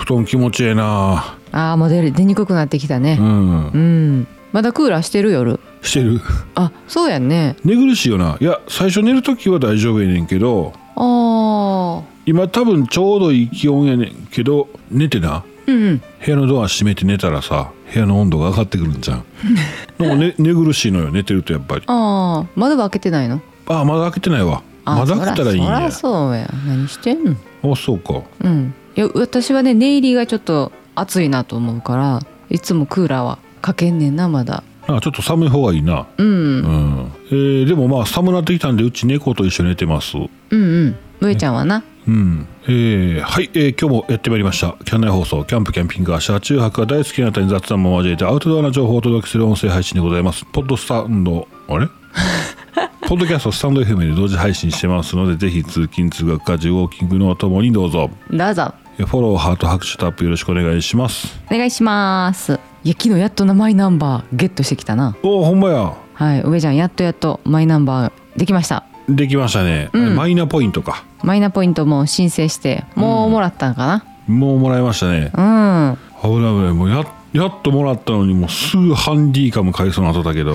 団気持ちええな。 もう出にくくなってきたね。まだクーラーしてる夜。 してる。 そうやんね。 寝苦しいよな。いや最初寝るときは大丈夫やねんけど、今多分ちょうどいい気温やねんけど、寝てな、部屋のドア閉めて寝たらさ、部屋の温度が上がってくるんじゃん。でも、寝苦しいのよ、寝てるとやっぱり。 窓は開けてないの？ まだ開けてないわ。窓開けたらいいんや。 そらそうや。何してんの？ そうか。 いや私はね、寝入りがちょっと暑いなと思うから、いつもクーラーはかけんねんな。まだちょっと寒い方がいいな。でもまあ寒なってきたんで、うち猫と一緒に寝てます。 むえちゃんはな。 はい、今日もやってまいりましたキャン内放送、キャンプキャンピングカー車中泊が大好きな方に雑談も交えてアウトドアな情報をお届けする音声配信でございます。ポッドキャストスタンド FM で同時配信してますので、ぜひ通勤通学家事ウォーキングのおともにどうぞ。フォロー、ハート、拍手、タップよろしくお願いします。 お願いします。いや昨日やっとマイナンバーゲットしてきたな。 ほんまや。 はい、上ちゃんやっとマイナンバーできました。 できましたね、マイナポイントか。 マイナポイントも申請してもうもらったんかな。 もうもらいましたね。危ない危ない。もうやっともらったのに、もうすぐハンディカム買いそうな後だけど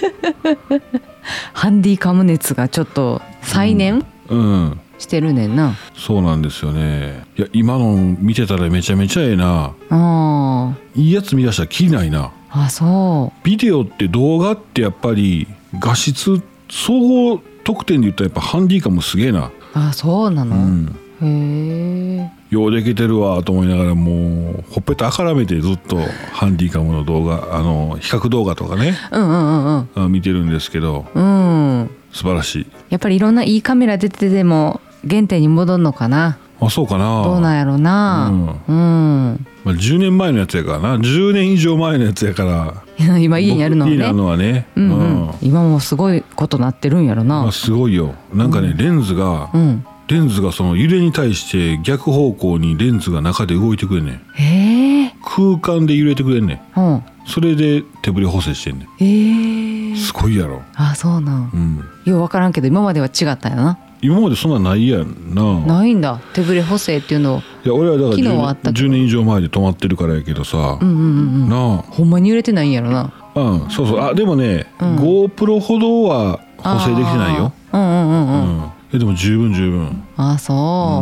ハンディカム熱がちょっと再燃、してるねんな。 そうなんですよね。いや今の見てたらめちゃめちゃええな。いいやつ見出したらきりないな。 そう。 ビデオって動画ってやっぱり画質総合得点で言ったらやっぱハンディカムすげえな。 そうなの。へえ。 ようできてるわと思いながら、もうほっぺたあからめてずっとハンディカムの動画、比較動画とかね、見てるんですけど、素晴らしい。やっぱりいろんないいカメラ出てでも原点に戻るのかな。 そうかな。 どうなんやろうな。 10年前のやつやからな。10年以上前のやつやから今家にあるのはね。 家にあるのはね、 今もすごいことなってるんやろな。 すごいよ。なんかね、レンズがその揺れに対して逆方向にレンズが中で動いてくれんねん。空間で揺れてくれんねん。それで手ブレ補正してんねん。すごいやろ。 そうなん。よう分からんけど今までは違ったんやな。 今までそんなないやんな。 ないんだ、手ブレ補正っていうのを。 いや俺はだから 10年以上前で止まってるからやけどさ、なあほんまに揺れてないんやろな。 そうそう。でもね、GoPro ほどは補正できてないよ。でも十分。 そう。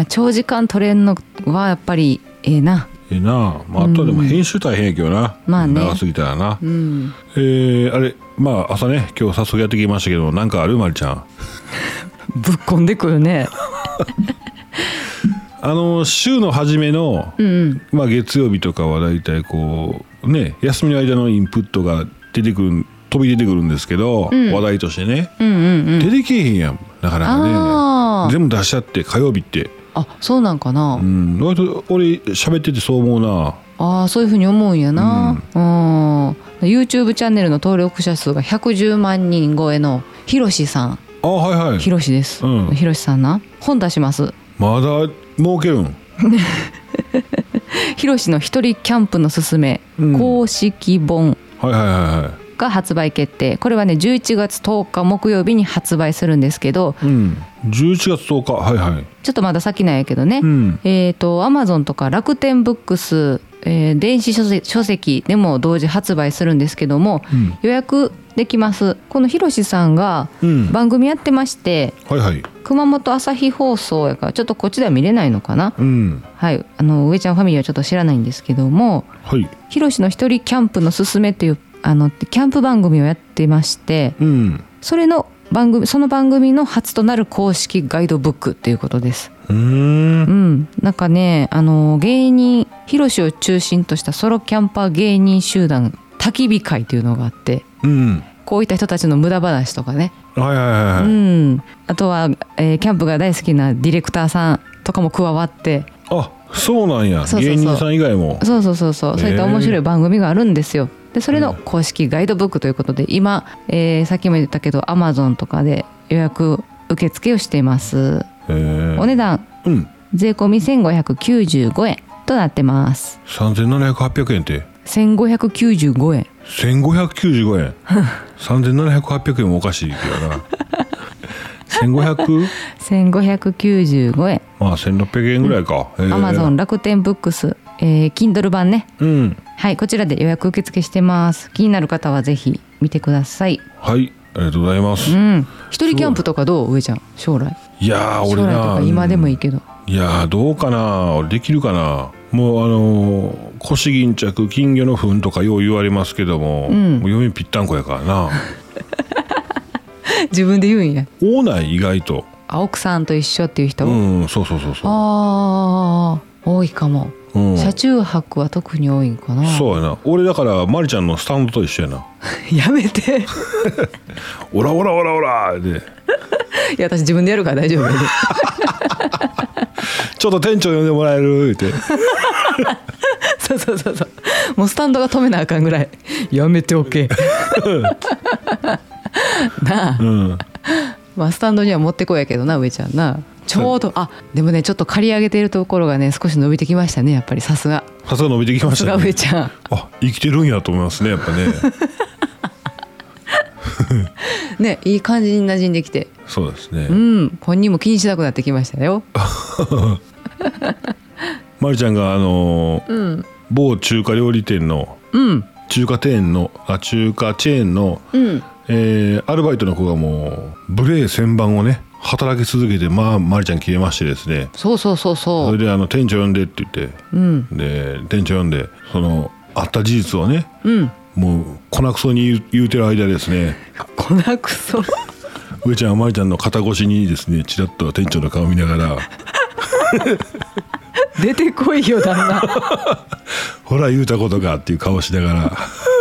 長時間撮れんのはやっぱりええな。 あとはでも編集大変やけどな。長すぎたらな。あれ朝ね、今日早速やってきましたけど、なんかある？まりちゃん。 ぶっこんでくるね。 週の初めの、月曜日とかはだいたいこうね、休みの間のインプットが飛び出てくるんですけど、話題としてね、出てけえへんやん、なかなかね。全部出しちゃって、火曜日って。 そうなんかな。 割と俺喋っててそう思うな。 そういうふうに思うんやな。YouTube チャンネルの登録者数が110万人超えのひろしさん。ひろしです。ひろしさんな、本出します。まだ儲けるん？ ひろしの一人キャンプのすすめ、公式本が発売決定。これはね11月10日木曜日に発売するんですけど、 11月10日、 ちょっとまだ先なんやけどね、Amazon とか楽天ブックス、電子書籍でも同時発売するんですけども、予約できます。このひろしさんが番組やってまして、熊本朝日放送やからちょっとこっちでは見れないのかな。上ちゃんファミリーはちょっと知らないんですけども、ひろしの一人キャンプのすすめっていうキャンプ番組をやってまして、その番組の初となる公式ガイドブックっていうことです。なんかね、芸人ひろしを中心としたソロキャンパー芸人集団焚き火会というのがあって、こういった人たちの無駄話とかね、あとは、キャンプが大好きなディレクターさんとかも加わって。 そうなんや。芸人さん以外も。そういった面白い番組があるんですよ。でそれの公式ガイドブックということで、今、さっきも言ったけど Amazon とかで予約受付をしています。お値段、税込み1595円となってます。 3700、800円って 1595円。 1595円。3700、800円もおかしいけどな。 1595円。 まあ1600円ぐらいか。 Amazon 楽天ブックス、Kindle 版ね、 うん、 はい、こちらで予約受付してます。気になる方はぜひ見てください。 はい、ありがとうございます。 一人キャンプとかどう？上ちゃん将来。 いや俺な、将来とか今でもいいけど、 いやどうかな、できるかな。もう腰巾着金魚の糞とかよう言われますけども、もう嫁ぴったんこやからな。 自分で言うんや。 多ない意外と。 奥さんと一緒っていう人。 そうそう。 ああ、多いかも。車中泊は特に多いんかな。 そうやな。俺だからマリちゃんのスタンドと一緒やな。 やめて。 オラオラオラオラで。 いや私自分でやるから大丈夫。 ちょっと店長呼んでもらえるって。 そうもうスタンドが止めなあかんぐらい。やめておけ。なあ、まあスタンドには持ってこいやけどな、上ちゃんな。ちょうどでもね、ちょっと刈り上げているところがね少し伸びてきましたね、やっぱり。さすが伸びてきましたね。 さすが上ちゃん。 生きてるんやと思いますね、やっぱね。 ね、いい感じに馴染んできて。 そうですね。 本人も気にしなくなってきましたよ。 マリちゃんが某中華料理店の、中華チェーンの、アルバイトの子がもう無礼千番をね働き続けて、マリちゃん消えましてですね。 そうそれで店長呼んでって言って、で店長呼んでそのあった事実をね、もう粉くそに言うてる間ですね。 粉くそ。 上ちゃんはマリちゃんの肩越しにですね、ちらっと店長の顔見ながら。 出てこいよ旦那。 ほら言うたことかっていう顔しながら。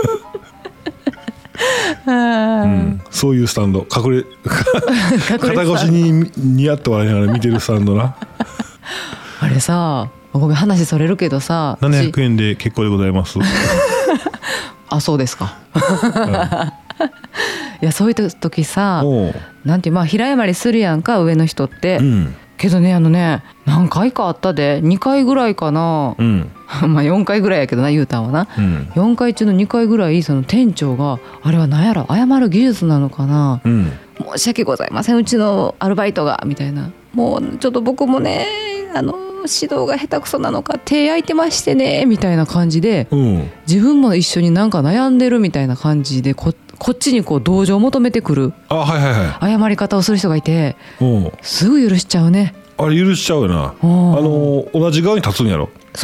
そういうスタンド、肩越しにニヤッと笑いながら見てるスタンドな。 あれさ、ごめん話それるけどさ、 700円で結構でございます。 そうですか。いやそういう時さ、なんて平謝りするやんか、上の人って。けどね、何回かあったで、2回ぐらいかな。4回ぐらいやけどな、言うたんはな。4回中の2回ぐらいその店長があれは何やら謝る技術なのかな、申し訳ございません、うちのアルバイトがみたいな、もうちょっと僕もね指導が下手くそなのか手焼いてましてねみたいな感じで、自分も一緒になんか悩んでるみたいな感じでこっちに同情を求めてくる謝り方をする人がいて、すぐ許しちゃうね。 あれ許しちゃうよな。同じ側に立つんやろ。 そう、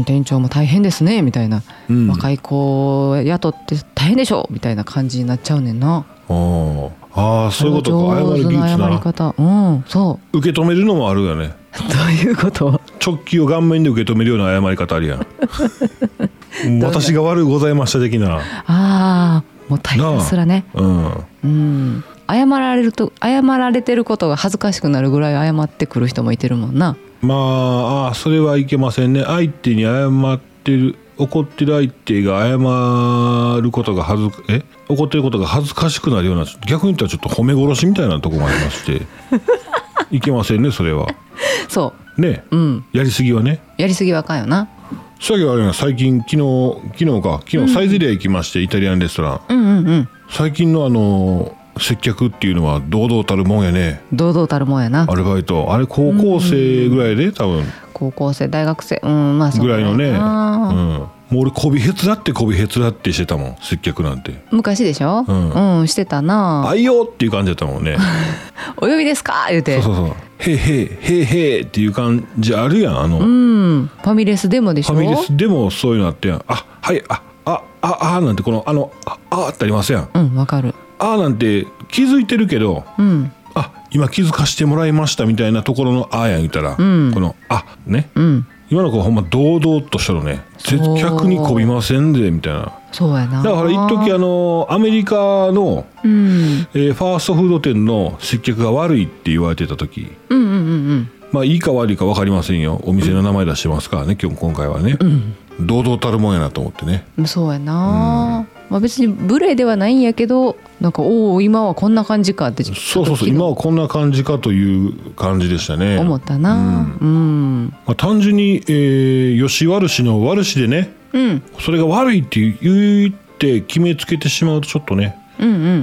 店長も大変ですねみたいな、若い子雇って大変でしょみたいな感じになっちゃうねんな。 そういうことか。謝る技術な。 謝り方、そう。 受け止めるのもあるよね。 どういうこと？ 直球を顔面で受け止めるような謝り方あるやん。私が悪いございました的な。 もう大変すらね。謝られてることが恥ずかしくなるぐらい謝ってくる人もいてるもんな。 それはいけませんね。相手に怒ってる相手が謝ることが怒ってることが恥ずかしくなるような、逆に言ったらちょっと褒め殺しみたいなところもありまして。いけませんね、それは。 そうね、やりすぎはね。 やりすぎはあかんよな。 さっきあれ最近昨日サイゼリヤ行きまして、イタリアンレストラン。最近の接客っていうのは堂々たるもんやね。 堂々たるもんやな。 アルバイトあれ高校生ぐらいで多分。 高校生大学生ぐらいのね。もう俺こびへつらってしてたもん、接客なんて。 昔でしょ。してたな。 あいよっていう感じだったもんね。 お呼びですか言うて。 そうへいへいっていう感じあるやん。 ファミレスでもでしょ。 ファミレスでもそういうのあってやん。なんてってありますやん。 わかる。 なんて気づいてるけど、今気づかしてもらいましたみたいなところのやん言ったら、このね、今の子はほんま堂々としたのね。接客にこびませんでみたいな。 そうやな。 だから一時アメリカの、ファーストフード店の接客が悪いって言われてた時、いいか悪いか分かりませんよ。お店の名前出してますからね、今回はね。堂々たるもんやなと思ってね。 そうやな。別に無礼ではないんやけど、なんか今はこんな感じかって。 そう今はこんな感じかという感じでしたね。 思ったな。 単純に、よし悪しの悪しでね、それが悪いって言って決めつけてしまうとちょっとね、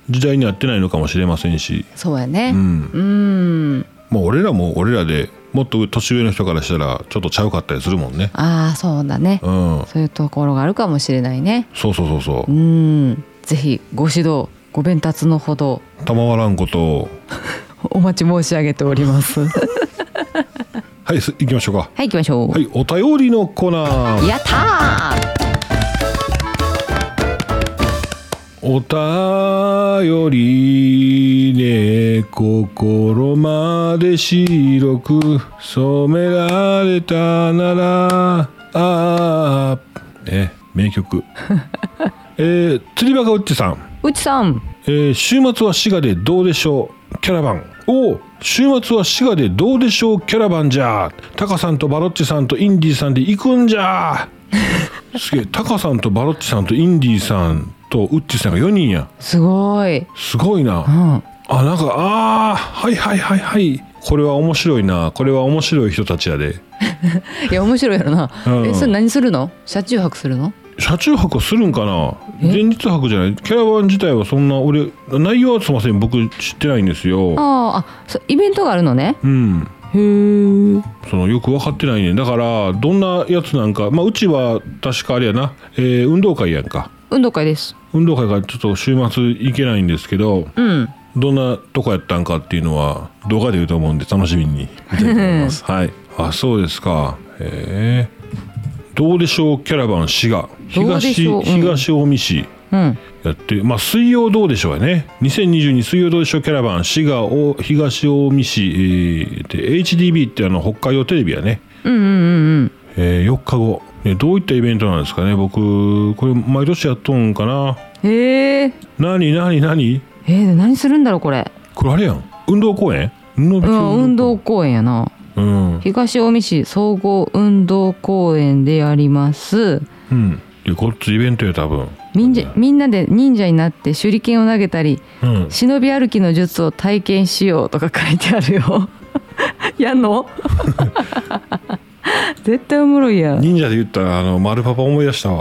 時代に合ってないのかもしれませんし。 そうやね。 まあ俺らも俺らでもっと年上の人からしたらちょっとちゃうかったりするもんね。 ああそうだね、そういうところがあるかもしれないね。 そうぜひご指導ご鞭達のほど賜らんことをお待ち申し上げておりますはい、行きましょうか。 はい、行きましょう。 はい、お便りのコーナー。 やったお便りね、心まで白く染められたならね、名曲釣りバカうっちさん、週末は滋賀でどうでしょうキャラバン。週末は滋賀でどうでしょうキャラバンじゃ。タカさんとバロッチさんとインディさんで行くんじゃすげえ、タカさんとバロッチさんとインディさんとウッチさんが4人や。すごいな、なんかはいこれは面白いな。これは面白い人たちやでいや面白いやろな、それ何するの？車中泊するの？ 車中泊するんかな。前日泊じゃない。キャラバン自体はそんな、俺内容はすいません僕知ってないんですよ。 イベントがあるのね。 よく分かってないね。だからどんなやつなんか、うちは確かあれやな、運動会やんか。 運動会です。運動会がちょっと週末行けないんですけど、どんなとこやったんかっていうのは動画で言うと思うんで楽しみに見たいと思いますはい。そうですか。どうでしょうキャラバン滋賀東近江市やって、水曜どうでしょうやね。2022水曜どうでしょうキャラバン滋賀東近江市、で HDB って北海道テレビやね。4日後、どういったイベントなんですかね。僕これ毎年やっとんかな。 何するんだろうこれ。 これあれやん、運動公園。 運動公園やな。東近江市総合運動公園でやります。 こっちイベントや多分。 みんなで忍者になって手裏剣を投げたり、忍び歩きの術を体験しようとか書いてあるよやんの絶対おもろいやん。 忍者で言ったら丸パパ思い出したわ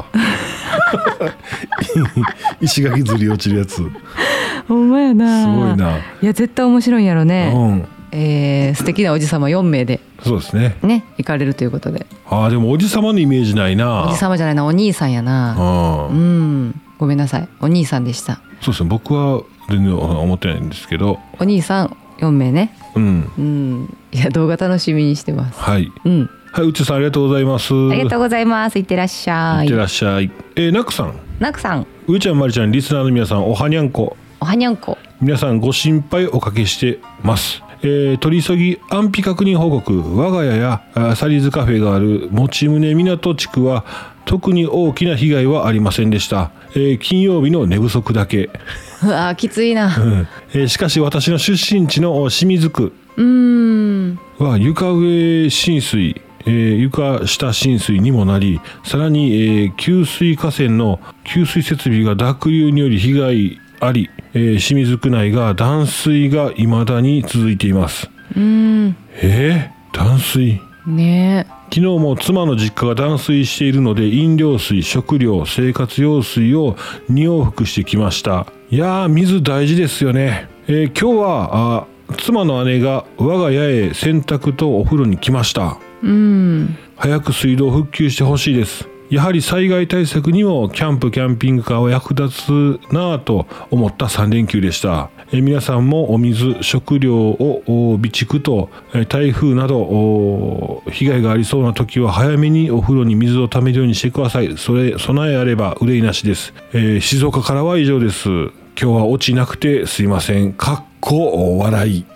石垣ずり落ちるやつ。 ほんまやな。 すごいな。 いや絶対面白いんやろね。素敵なおじさま4名でそうですね行かれるということで。 でもおじさまのイメージないな。 おじさまじゃないな、お兄さんやな。ごめんなさい、お兄さんでした。 そうですね、僕は全然思ってないんですけど、 お兄さん4名ね。いや動画楽しみにしてます。はい、うちさんありがとうございます。ありがとうございます。いってらっしゃい。いってらっしゃい。ナクさん、うちゃんまりちゃん、リスナーの皆さん、おはにゃんこ。皆さんご心配おかけしてます。取り急ぎ安否確認報告。我が家やサリーズカフェがある用宗港地区は特に大きな被害はありませんでした。金曜日の寝不足だけ。うわきついな。しかし私の出身地の清水区は床上浸水、床下浸水にもなり、さらに、給水河川の給水設備が濁流により被害あり、清水区内が断水が未だに続いています。断水ね。昨日も妻の実家が断水しているので、飲料水、食料、生活用水を2往復してきました。いやー水大事ですよね。今日は妻の姉が我が家へ洗濯とお風呂に来ました。早く水道復旧してほしいです。やはり災害対策にもキャンピングカーは役立つなぁと思った3連休でした。皆さんもお水、食料を備蓄と台風など被害がありそうな時は早めにお風呂に水をためるようにしてください。備えあれば憂いなしです。静岡からは以上です。今日は落ちなくてすいません。笑い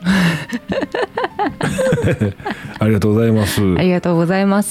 ありがとうございます。ありがとうございます。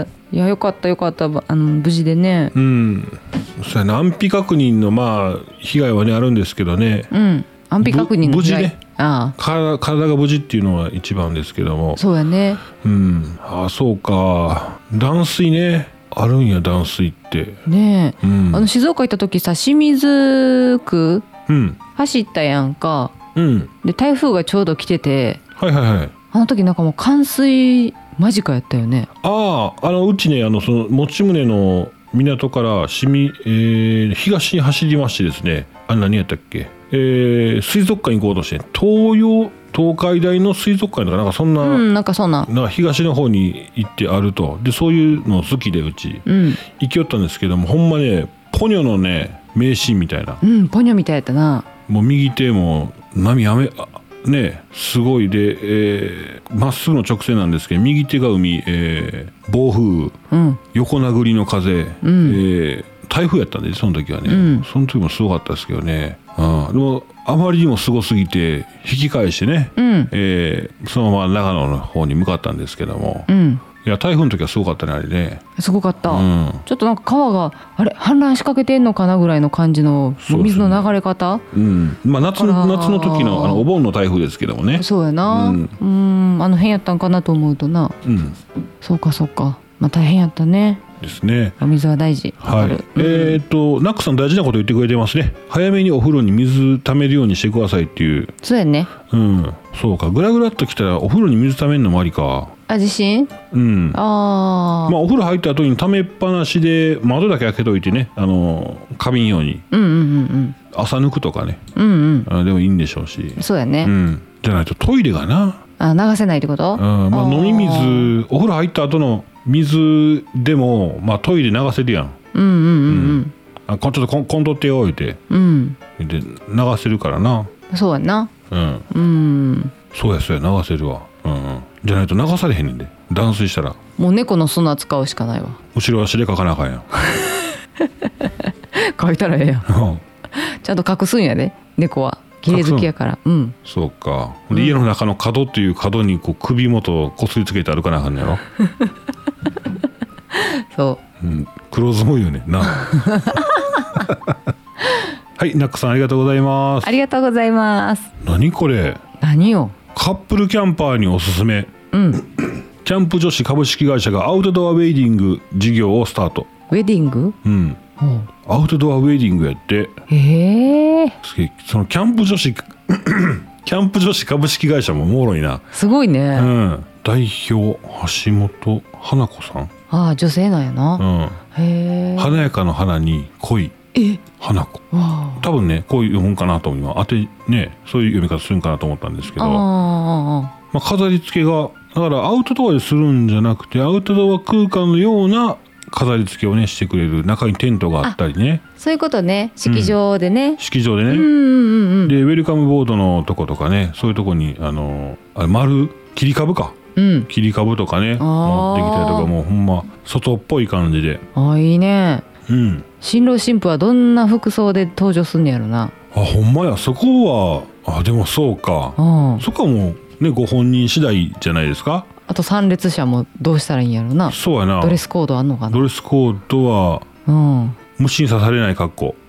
いやよかった無事でね。そうやな、安否確認の被害はねあるんですけどね。安否確認の被害無事ね。体が無事っていうのは一番ですけども。そうやね。そうか、断水ねあるんや。断水ってねえ、静岡行った時さ、清水区、走ったやんか。で台風がちょうど来てて、あの時なんかもう冠水間近やったよね。うちね、その用宗の港から東に走りましてですね、 何やったっけ、水族館行こうとして、東海大の水族館とかなんかそんな、 なんかそんな東の方に行ってあると。でそういうの好きでうち、行きよったんですけども、ほんまねポニョのね名シーンみたいな、 ポニョみたいやったな。 もう右手も波ねすごいで、まっすぐの直線なんですけど、右手が海、暴風、横殴りの風、台風やったんでその時はね、その時もすごかったですけどね。でもあまりにもすごすぎて引き返してね、そのまま長野の方に向かったんですけども、いや台風の時はすごかったねあれね。 すごかった、ちょっとなんか川があれ氾濫しかけてんのかなぐらいの感じの水の流れ方、 まあ夏の時のお盆の台風ですけどもね。 そうやな、あの辺やったんかなと思うとな、そうかまあ大変やったね。 ですね。 お水は大事。 はい。ナックさん大事なこと言ってくれてますね。早めにお風呂に水ためるようにしてくださいっていう。 そうやね。 そうか。グラグラっときたらお風呂に水ためるのもありか。 地震？まあお風呂入った後にためっぱなしで窓だけ開けといてね、過敏ように。朝抜くとかね。でもいいんでしょうし。 そうやね。 じゃないとトイレがな。 流せないってこと？ 飲み水、お風呂入った後の水でもトイレ流せるやん。ちょっとこんとってよってで流せるからな。 そうやな。 そうや流せるわ。じゃないと流されへんねんで、断水したら。 もう猫の砂使うしかないわ。 後ろ足で書かなあかんやん。 書いたらええやん。ちゃんと隠すんやで、猫は綺麗好きやから。 そうか。家の中の角っていう角にこう首元をこすりつけて歩かなあかんねやろ。 そう、 黒ずむよねな。はい、ナックさんありがとうございます。 ありがとうございます。 何これ？ 何よ？ カップルキャンパーにおすすめ、キャンプ女子株式会社がアウトドアウェディング事業をスタート。 ウェディング？ アウトドアウェディングやって。そのキャンプ女子株式会社もおもろいな。 すごいね。 代表橋本花子さん。 女性なんやな。 華やかの花に恋花子。多分ねこういう読むんかなと思います。そういう読み方するんかなと思ったんですけど、飾り付けがだからアウトドアでするんじゃなくて、アウトドア空間のような飾り付けをねしてくれる。中にテントがあったりね。 そういうことね。式場でね。 式場でね。でウェルカムボードのとことかね、そういうとこに丸切り株か。切り株とかね持ってきたりとか、もうほんま外っぽい感じで。 いいね。新郎新婦はどんな服装で登場すんのやろな。 ほんまや。そこはでもそうか。そこはもうねご本人次第じゃないですか。 あと参列者もどうしたらいいんやろな。 そうやな。 ドレスコードあんのかな。 ドレスコードは虫に刺されない格好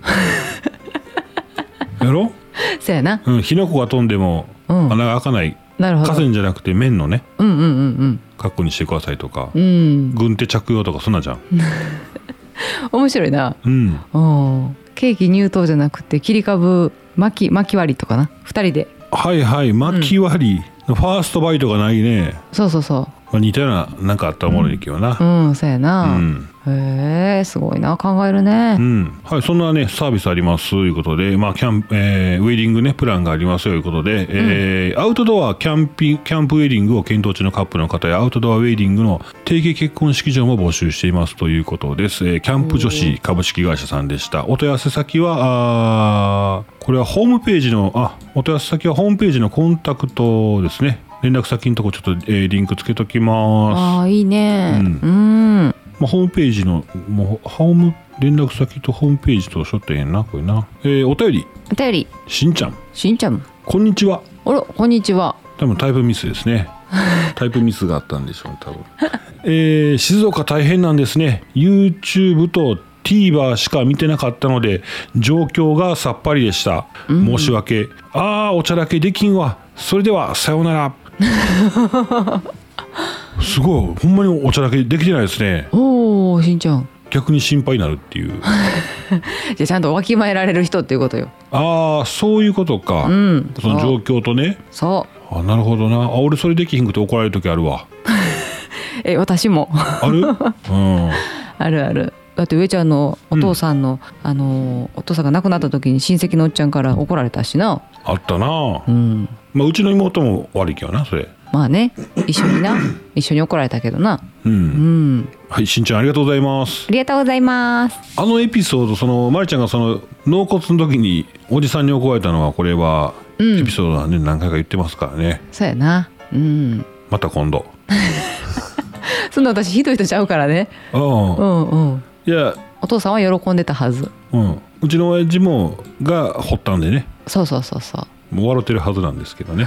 やろ。 そうやな。 火の粉が飛んでも穴が開かない。河川じゃなくて面のね格好にしてくださいとか、軍手着用とかそんなじゃん。 面白いな。ケーキ入刀じゃなくて切り株巻き割りとかな。2人で巻き割り、ファーストバイトがないね。そう似たようななんかあったらおもろいけどな。 そうやな。すごいな、考えるね。 そんなねサービスありますということで、ウェディングねプランがありますということで、アウトドアキャンプウェディングを検討中のカップルの方やアウトドアウェディングの提携結婚式場も募集していますということです。キャンプ女子株式会社さんでした。お問い合わせ先はこれはホームページのお問い合わせ先はホームページのコンタクトですね。連絡先のとこちょっと、リンクつけときます。 いいね。 ホームページの連絡先とホームページとしょってんなこれな。お便りしんちゃんこんにちは。 こんにちは。 多分タイプミスですね。タイプミスがあったんでしょうね多分。静岡大変なんですね。 YouTube と TVer しか見てなかったので状況がさっぱりでした。申し訳。おちゃらけできんわ。それではさようなら。すごいほんまにおちゃらけできてないですね。 しんちゃん逆に心配になるっていう。 じゃあちゃんとわきまえられる人っていうことよ。 そういうことか。その状況とね。なるほどな。俺それできひんくて怒られる時あるわ。 私もある？ あるある。 だって上ちゃんのお父さんの、お父さんが亡くなった時に親戚のおっちゃんから怒られたしな。 あったな。 うん、 まあ、うちの妹も悪いけどなそれ。 まあね、一緒に怒られたけどな。 うん、はい、しんちゃんありがとうございます。 ありがとうございます。 あのエピソード、まりちゃんが納骨の時におじさんに怒られたのは、これはエピソードはね、何回か言ってますからね。 そうやな。 また今度。 そんな私ひどい人ちゃうからね。いや、お父さんは喜んでたはず。 うちの親父もが掘ったんでね。 そうもう笑ってるはずなんですけどね。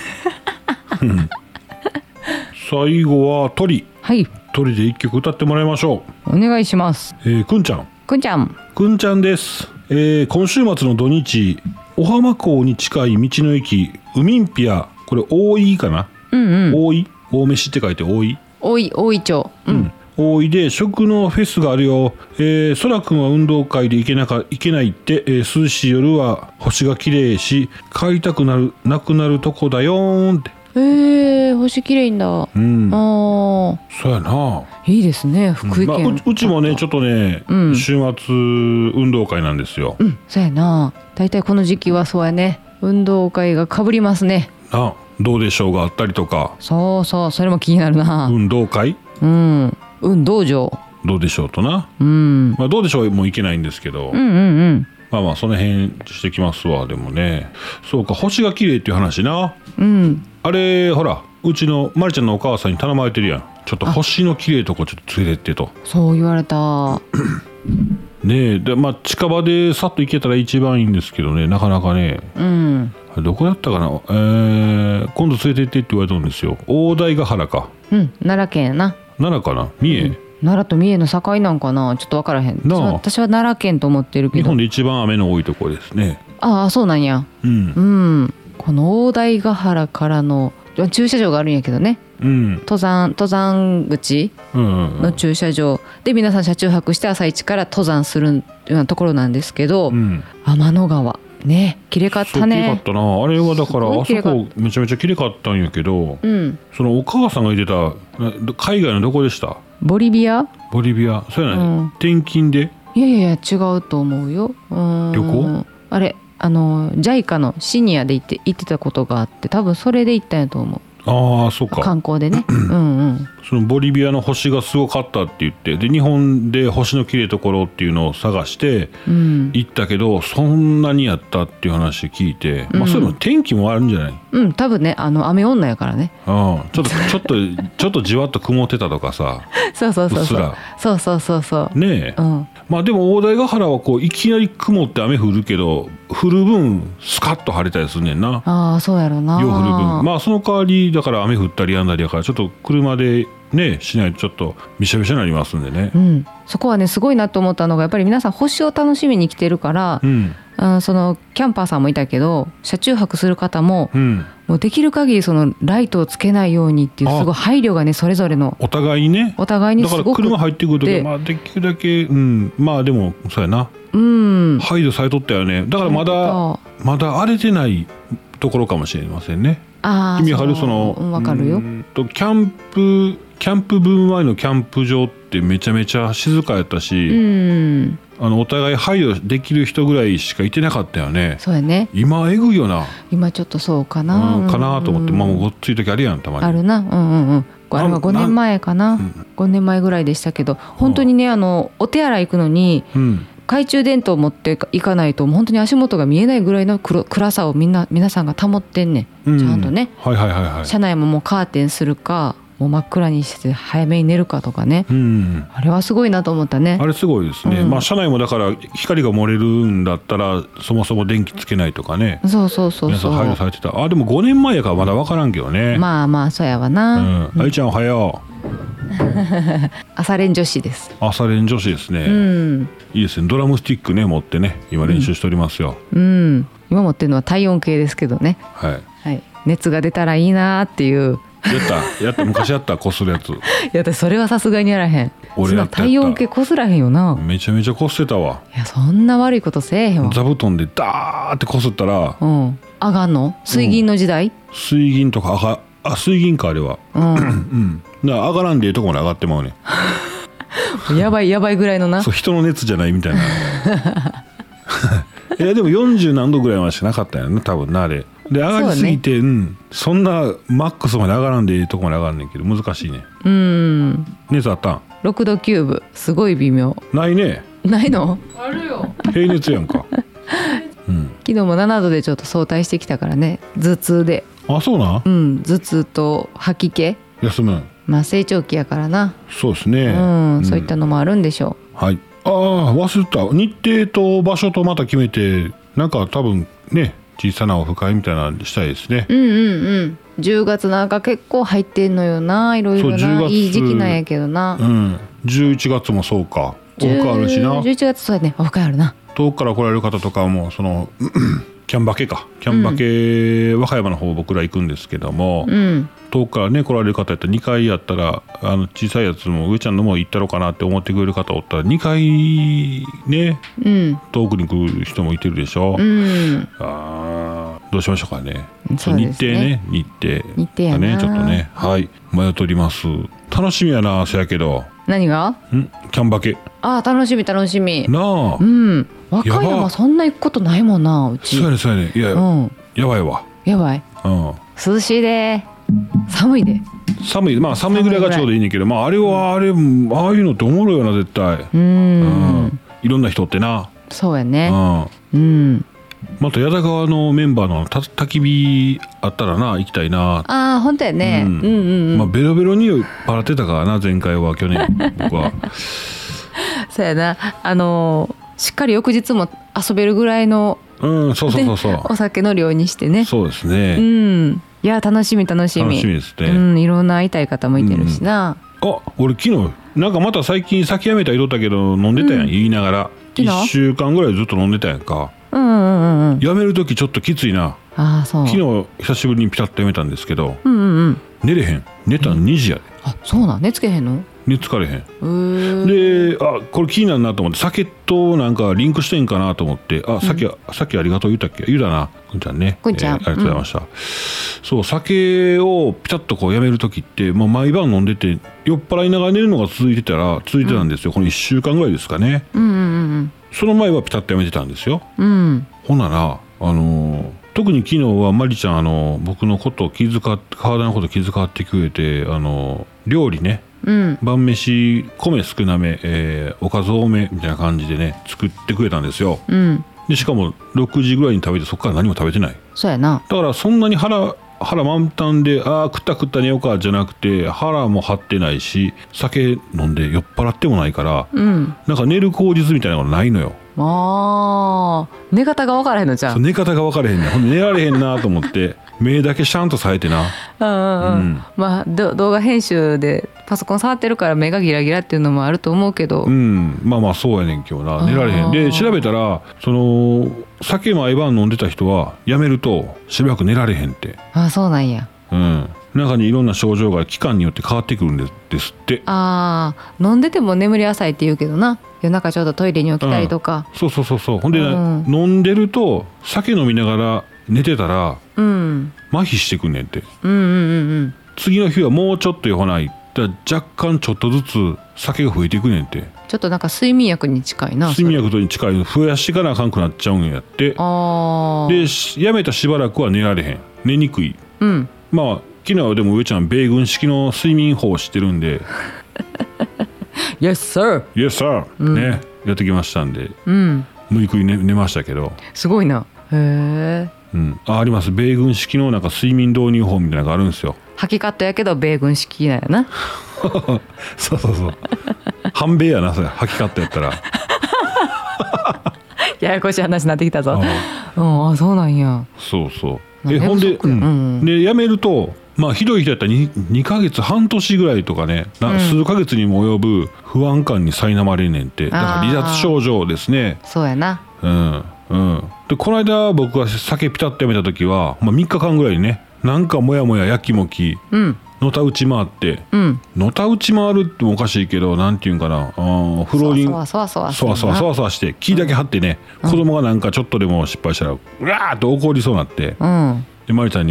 最後は鳥。 はい。 鳥で一曲歌ってもらいましょう。お願いします。 くんちゃんです。今週末の土日、小浜港に近い道の駅ウミンピア、これ大井かな。大飯って書いて大井町。 大井で食のフェスがあるよ。そらくんは運動会で行けないって、涼しい夜は星が綺麗し帰りたくなくなるとこだよーんって。 星綺麗んだ。 そうやな。 いいですね、福井県。 うちもねちょっとね、週末運動会なんですよ。 そうやな。だいたいこの時期はそうやね、運動会がかぶりますね。 どうでしょうがあったりとか。 それも気になるな。 運動会、 運動場どうでしょうとな。まあどうでしょうもういけないんですけど、まあその辺してきますわ。でもね、そうか、星が綺麗っていう話な。あれほら、うちのまりちゃんのお母さんに頼まれてるやん。ちょっと星の綺麗とこちょっと連れてってと。 そう言われた。 ねえ、で近場でさっと行けたら一番いいんですけどね、なかなかね。どこだったかな。今度連れて行ってって言われたんですよ。大台ヶ原か。 奈良県やな。 奈良かな、三重、 奈良と三重の境なんかな、ちょっと分からへん。私は奈良県と思ってるけど、 日本で一番雨の多いところですね。 そうなんや。この大台ヶ原からの駐車場があるんやけどね、登山口の駐車場で皆さん車中泊して朝一から登山するようなところなんですけど、天の川ね、綺麗かったね。 綺麗かったな。あれはだからあそこめちゃめちゃ綺麗かったんやけど、そのお母さんが言ってた海外のどこでした？ ボリビア。 そうやね、転勤で。 いや違うと思うよ。 旅行？ あれJICA のシニアで行ってたことがあって、多分それで行ったんやと思う。 そうか、 観光でね。 そのボリビアの星がすごかったって言って、で日本で星の綺麗ところっていうのを探して行ったけど、そんなにやったっていう話聞いて、そういうの天気もあるんじゃない？多分ね、雨女やからね。 ちょっとじわっと曇ってたとかさ。 そうねえ、まあでも大台ヶ原はこういきなり曇って雨降るけど、降る分スカッと晴れたりすんねんな。 そうやろな。 よう降る分、まあその代わりだから雨降ったりやんだりやから、ちょっと車でねしないとちょっとびしゃびしゃになりますんでね。 そこはねすごいなと思ったのが、やっぱり皆さん星を楽しみに来てるから、そのキャンパーさんもいたけど、車中泊する方も、もうできる限りそのライトをつけないようにっていうすごい配慮がね、それぞれのお互いにすごくだから車入ってくるときは、できるだけ、まあでもそうやな、配慮されとったよね。だからまだ荒れてないところかもしれませんね。君はる分かるよ。 キャンプ分前のキャンプ場ってめちゃめちゃ静かやったし、お互い配慮できる人ぐらいしかいてなかったよね。 そうやね。 今えぐいよな。 今ちょっとそうかな、 かなと思って。もうごっつい時あるやん、たまにあるな。あれは5年前かな、5年前ぐらいでしたけど、本当にね、お手洗い行くのに、懐中電灯を持っていかないと本当に足元が見えないぐらいの暗さを皆さんが保ってんね、ちゃんとね。車内ももうカーテンするか、もう真っ暗にして早めに寝るかとかね、あれはすごいなと思ったね。 あれすごいですね。まあ車内もだから光が漏れるんだったらそもそも電気つけないとかね。 そう皆さん配慮されてた。でも5年前やからまだ分からんけどね。 まあそうやわな。 愛ちゃんおはよう。 朝練女子です。 朝練女子ですね。いいですね。ドラムスティックね持ってね、今練習しておりますよ。 今持ってるのは体温計ですけどね。熱が出たらいいなっていう。 やった昔やったこするやつ。いや私それはさすがにやらへん。俺やった体温計こすらへんよな。 めちゃめちゃこすってたわ。 いやそんな悪いことせえへんわ。 座布団でダーってこすったら、 上がんの？水銀の時代？ 水銀とか水銀かあれは。上がらんでええとこまで上がってまうね。 やばいやばいぐらいのな。 そう人の熱じゃないみたいな。いやでも40何度ぐらいまでしかなかったんやね多分なあれで上がりすぎて そんなマックスまで上がらんでいいとこまで上がるねんけど難しいね。熱あったん 6度9分すごい微妙。 ないね。 ないの？ あるよ。 平熱やんか。 昨日も7度でちょっと早退してきたからね頭痛で。 あそうなん。 頭痛と吐き気。 休む。 まあ成長期やからな。 そうですね。 そういったのもあるんでしょう。はい。ああ忘れた。日程と場所とまた決めてなんか多分ね小さなオフ会みたいなのしたいですね。 10月なんか結構入ってんのよないろいろな。いい時期なんやけどな。 11月もそうか。オフ会あるしな。 11月そうやねオフ会あるな。 遠くから来られる方とかもそのキャンバケかキャンバケ、和歌山の方僕ら行くんですけども、遠くからね来られる方やったら2回やったら小さいやつも上ちゃんのも行ったろうかなって思ってくれる方おったら2回ね、遠くに来る人もいてるでしょ。どうしましょうかね。日程ね日程やねちょっとねはい迷っております。楽しみやなそやけど。 何が？ キャンバケ。 楽しみ楽しみなあ。 和歌山そんな行くことないもんなうち。 そうやねそうやね。いや、やばいわ。 やばい。涼しいで寒いで。 寒いまあ寒いぐらいがちょうどいいねんけどまああれはああいうのっておもろいよな絶対。いろんな人ってな。 そうやね。 また矢田川のメンバーの焚き火あったらな行きたいな。 本当やね。 まあベロベロに酔っ払ってたからな前回は去年僕は。 そうやなしっかり翌日も遊べるぐらいのそうお酒の量にしてね。 そうですね。 いや楽しみ楽しみ。 楽しみですね。 いろんな会いたい方もいてるしな。 俺昨日なんかまた最近酒やめた言うとったけど飲んでたやん言いながら1週間ぐらいずっと飲んでたやんか。やめる時ちょっときついな。 そう昨日久しぶりにピタッとやめたんですけど寝れへん。寝たの2時やで。 そうなん寝つけへんの？ 寝つかれへん。でこれ気になるなと思って酒となんかリンクしてんかなと思ってさっきありがとう言ったっけ言うだなくんちゃんね。 くんちゃん、 ありがとうございました。そう酒をピタッとこうやめる時ってもう毎晩飲んでて酔っ払いながら寝るのが続いてたんですよ。この1週間ぐらいですかね。その前はピタッとやめてたんですよ。ほんなら特に昨日はマリちゃん僕のことを体のこと気遣ってくれて料理ね、晩飯米少なめ、おかず多めみたいな感じでね作ってくれたんですよ。でしかも6時ぐらいに食べてそこから何も食べてない。 そうやな。 だからそんなに腹満タンで食った寝ようかじゃなくて腹も張ってないし酒飲んで酔っ払ってもないから、なんか寝る口実みたいなのがないのよ。 寝方が分からへんのじゃん。 そう寝方が分からへんねん。ほんで寝られへんなと思って目だけシャンとさえてな。 まあ動画編集でパソコン触ってるから目がギラギラっていうのもあると思うけど、 まあそうやねん今日な。寝られへんで調べたら酒毎晩飲んでた人はやめるとしばらく寝られへんって。 そうなんや。 中にいろんな症状が期間によって変わってくるんですって。 飲んでても眠り浅いって言うけどな。夜中ちょうどトイレに起きたりとか。 そうほんで、飲んでると酒飲みながら寝てたら、麻痺してくんねんって。次の日はもうちょっと酔わない若干ちょっとずつ酒が増えていくねんって。 ちょっとなんか睡眠薬に近いな。 睡眠薬に近い。増やしてからあかんくなっちゃうんやって。でやめたしばらくは寝られへん。寝にくい。まあ昨日はでも上ちゃん米軍式の睡眠法を知ってるんで Yes sir Yes sir、ねやってきましたんで、無理くり寝ましたけど。 すごいな。へえ。 あります。米軍式のなんか睡眠導入法みたいなのがあるんですよ。 吐きカットやけど米軍式なんやな。 そう半米やなそれ吐きカットやったら。 ややこしい話になってきたぞ。そうなんや。 そうほんでやめるとひどい人やったら 2ヶ月半年ぐらいとかね、数ヶ月にも及ぶ不安感に苛まれんねんって。だから離脱症状ですね。 そうやな。 でこの間僕が酒ピタッとやめた時は、3日間ぐらいねなんかもやもややきもき、のたうち回って、のたうち回るってもおかしいけどなんていうんかな、フローリングそわそわして気だけ張ってね、子供がなんかちょっとでも失敗したらうわーっと怒りそうになって、でマリちゃんにも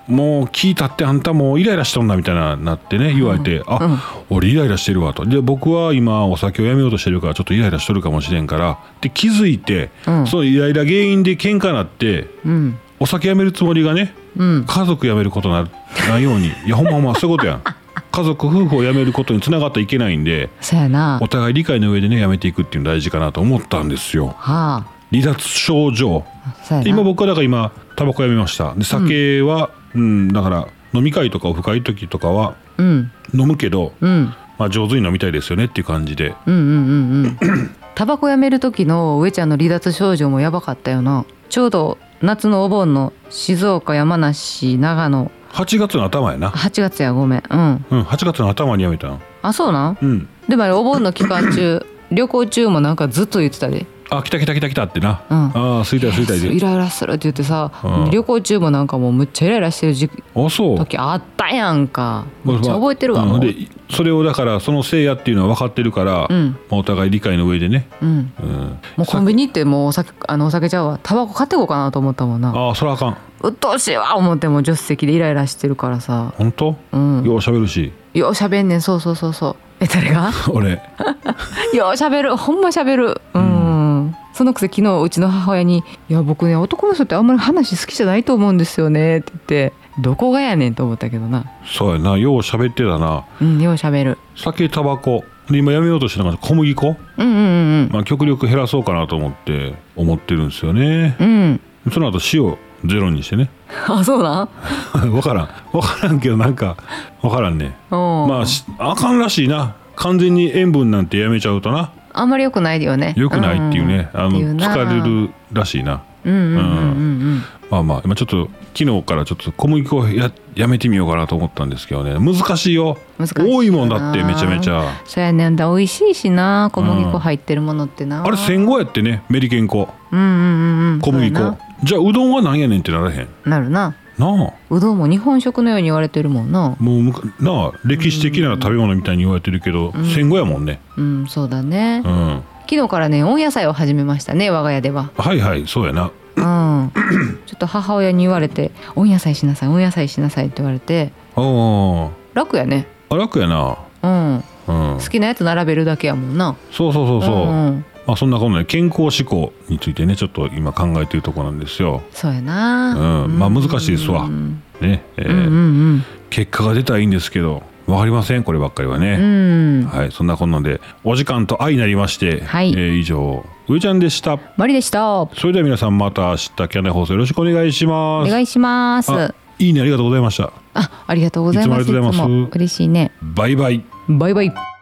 もう聞いたってあんたもうイライラしとんだみたいななってね言われて、俺イライラしてるわと。で僕は今お酒をやめようとしてるからちょっとイライラしとるかもしれんからで気づいて、そのイライラ原因で喧嘩になって、お酒やめるつもりがね、家族やめることにならないようにいやほんまそういうことやん家族夫婦をやめることにつながってはいけないんで、 そうやな、 お互い理解の上でねやめていくっていうの大事かなと思ったんですよ。離脱症状、今僕はだから今タバコやめました。で酒は、だから飲み会とかオフ会時とかは、飲むけど、まあ、上手に飲みたいですよねっていう感じで。 タバコやめる時の上ちゃんの離脱症状もやばかったよな。ちょうど夏のお盆の静岡、山梨、長野、 8月の頭やな。 8月や、ごめん。 8月の頭にやめたん。 あ、そうなん。でもあれお盆の期間中旅行中もなんかずっと言ってたで。 あ、来たってな。吸いたいでイライラするって言ってさ、旅行中もなんかもうむっちゃイライラしてる時あったやんか。めっちゃ覚えてるわ。 でそれをだからそのせいやっていうのは分かってるから、お互い理解の上でね。 もうコンビニ行ってもうお酒ちゃうわ、タバコ買ってこうかなと思ったもんな。 あ、それあかん。 うっとうしいわ思っても助手席でイライラしてるからさ。 本当？よう喋るし。 よう喋んねん。そう。誰が？ 俺。 よう喋る。ほんま喋る。そのくせ昨日うちの母親に「いや僕ね男の人ってあんまり話好きじゃないと思うんですよね」って言って「どこがやねん」と思ったけどな。 そうやな、よう喋ってたな。 よう喋る。 酒タバコで今やめようとしてなかった小麦粉、まあ、極力減らそうかなと思ってるんですよね。その後塩ゼロにしてね。 あ、そうなん分からんけどなんか分からんね。まああかんらしいな。完全に塩分なんてやめちゃうとな、あんまり良くないよね。 良くないっていうね、疲れるらしいな。まあ今ちょっと昨日からちょっと小麦粉をやめてみようかなと思ったんですけどね。難しいよ。多いもんだってめちゃめちゃ。 そうやねんだ。美味しいしな、小麦粉入ってるものってな。 あれ1500やってね、メリケン粉、小麦粉。じゃあうどんはなんやねんってならへん？ なるな。 なあ、 うどんも日本食のように言われてるもんな。 もうなあ、歴史的な食べ物みたいに言われてるけど、1500やもんね。 そうだね。昨日からね温野菜を始めましたね、我が家では。 そうやな。 ちょっと母親に言われて温野菜しなさいって言われて。楽やね。 楽やな。 好きなやつ並べるだけやもんな。 そう。まあそんなことで健康志向についてねちょっと今考えているところなんですよ。 そうやな。 まあ難しいですわね。結果が出たらいいんですけど分かりません、こればっかりはね。はい、そんなこんなでお時間と相なりまして、以上上ちゃんでした。 マリでした。 それでは皆さんまた明日キャンナイ放送よろしくお願いします。 お願いします。 いいね、ありがとうございました。 ありがとうございます。 いつもありがとうございます。 嬉しいね。 バイバイ。 バイバイ。